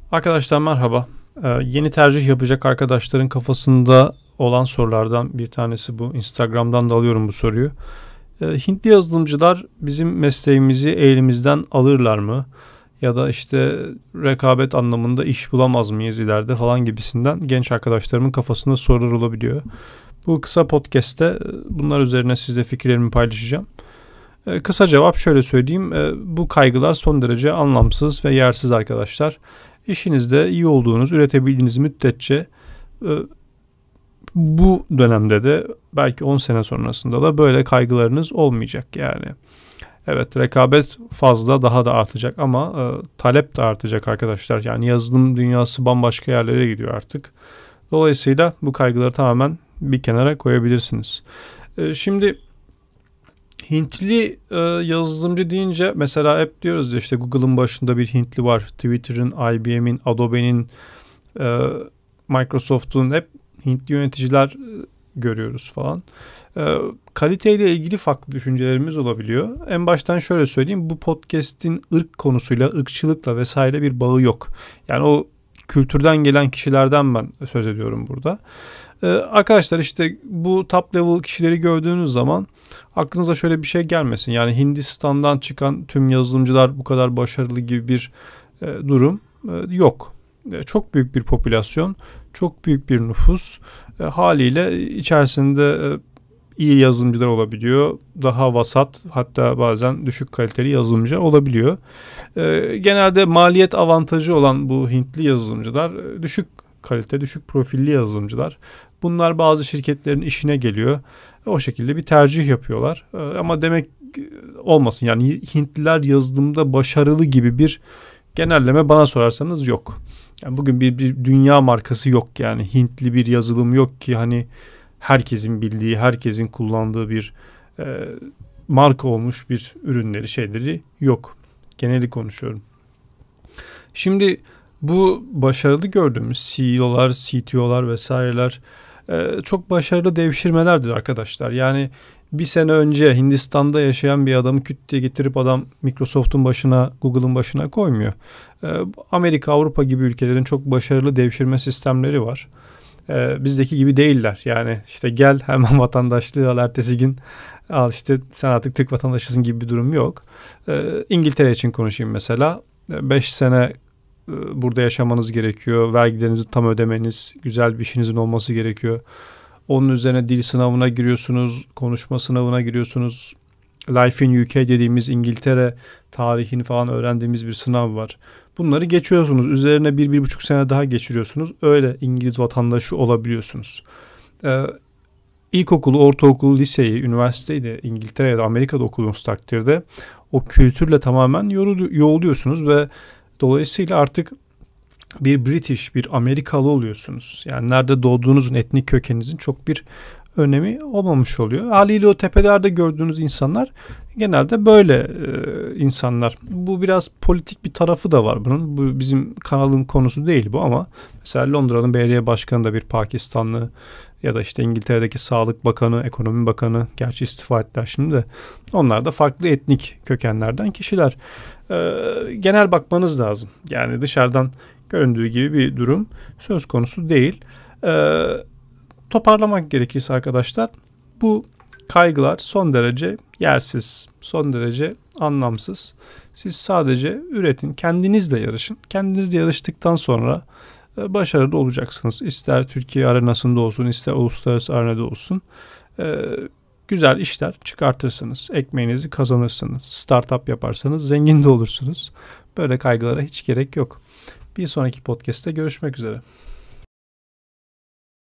Arkadaşlar merhaba. Yeni tercih yapacak arkadaşların kafasında olan sorulardan bir tanesi bu. Instagram'dan da alıyorum bu soruyu. Hintli yazılımcılar bizim mesleğimizi elimizden alırlar mı? Ya da işte rekabet anlamında iş bulamaz mıyız ileride falan gibisinden genç arkadaşlarımın kafasında sorular olabiliyor. Bu kısa podcast'te bunlar üzerine sizle fikirlerimi paylaşacağım. Kısa cevap şöyle söyleyeyim. Bu kaygılar son derece anlamsız ve yersiz arkadaşlar. İşinizde iyi olduğunuz, üretebildiğiniz müddetçe bu dönemde de belki 10 sene sonrasında da böyle kaygılarınız olmayacak yani. Evet, rekabet fazla, daha da artacak ama talep de artacak arkadaşlar. Yani yazılım dünyası bambaşka yerlere gidiyor artık. Dolayısıyla bu kaygıları tamamen bir kenara koyabilirsiniz. Şimdi Hintli yazılımcı deyince mesela hep diyoruz ya işte Google'ın başında bir Hintli var. Twitter'ın, IBM'in, Adobe'nin, Microsoft'un hep Hintli yöneticiler görüyoruz falan. Kaliteyle ilgili farklı düşüncelerimiz olabiliyor. En baştan şöyle söyleyeyim. Bu podcast'in ırk konusuyla, ırkçılıkla vesaire bir bağı yok. Yani o kültürden gelen kişilerden ben söz ediyorum burada. Arkadaşlar işte bu top level kişileri gördüğünüz zaman aklınıza şöyle bir şey gelmesin. Yani Hindistan'dan çıkan tüm yazılımcılar bu kadar başarılı gibi bir durum yok. Çok büyük bir popülasyon, çok büyük bir nüfus. Haliyle içerisinde iyi yazılımcılar olabiliyor. Daha vasat, hatta bazen düşük kaliteli yazılımcı olabiliyor. Genelde maliyet avantajı olan bu Hintli yazılımcılar düşük kalite, düşük profilli yazılımcılar. Bunlar bazı şirketlerin işine geliyor. O şekilde bir tercih yapıyorlar. Ama demek olmasın. Yani Hintliler yazılımda başarılı gibi bir genelleme bana sorarsanız yok. Yani bugün bir dünya markası yok yani. Hintli bir yazılım yok ki hani herkesin bildiği, herkesin kullandığı bir marka olmuş bir ürünleri, şeyleri yok. Geneli konuşuyorum. Şimdi bu başarılı gördüğümüz CEO'lar, CTO'lar vesaireler çok başarılı devşirmelerdir arkadaşlar. Yani bir sene önce Hindistan'da yaşayan bir adamı küt diye getirip adam Microsoft'un başına, Google'ın başına koymuyor. Amerika, Avrupa gibi ülkelerin çok başarılı devşirme sistemleri var. Bizdeki gibi değiller. Yani işte gel hemen vatandaşlığı al, ertesi gün al işte sen artık Türk vatandaşısın gibi bir durum yok. İngiltere için konuşayım mesela. 5 sene burada yaşamanız gerekiyor. Vergilerinizi tam ödemeniz, güzel bir işinizin olması gerekiyor. Onun üzerine dil sınavına giriyorsunuz, konuşma sınavına giriyorsunuz. Life in UK dediğimiz İngiltere tarihini falan öğrendiğimiz bir sınav var. Bunları geçiyorsunuz. Üzerine 1-1,5 sene daha geçiriyorsunuz. Öyle İngiliz vatandaşı olabiliyorsunuz. İlkokulu, ortaokulu, liseyi, üniversiteyi de İngiltere ya da Amerika'da okuduğunuz takdirde o kültürle tamamen yoğuluyorsunuz ve dolayısıyla artık bir British, bir Amerikalı oluyorsunuz. Yani nerede doğduğunuzun, etnik kökeninizin çok bir önemi olmamış oluyor. Haliyle o tepelerde gördüğünüz insanlar genelde böyle insanlar. Bu biraz politik bir tarafı da var bunun. Bu bizim kanalın konusu değil bu ama mesela Londra'nın belediye başkanı da bir Pakistanlı ya da işte İngiltere'deki Sağlık Bakanı, Ekonomi Bakanı, gerçi istifa ettiler şimdi de. Onlar da farklı etnik kökenlerden kişiler. Genel bakmanız lazım. Yani dışarıdan göründüğü gibi bir durum söz konusu değil. Toparlamak gerekirse arkadaşlar, bu kaygılar son derece yersiz, son derece anlamsız. Siz sadece üretin, kendinizle yarışın. Kendinizle yarıştıktan sonra başarılı olacaksınız. İster Türkiye arenasında olsun, ister uluslararası arenada olsun. Güzel işler çıkartırsınız. Ekmeğinizi kazanırsınız. Startup yaparsanız zengin de olursunuz. Böyle kaygılara hiç gerek yok. Bir sonraki podcast'te görüşmek üzere.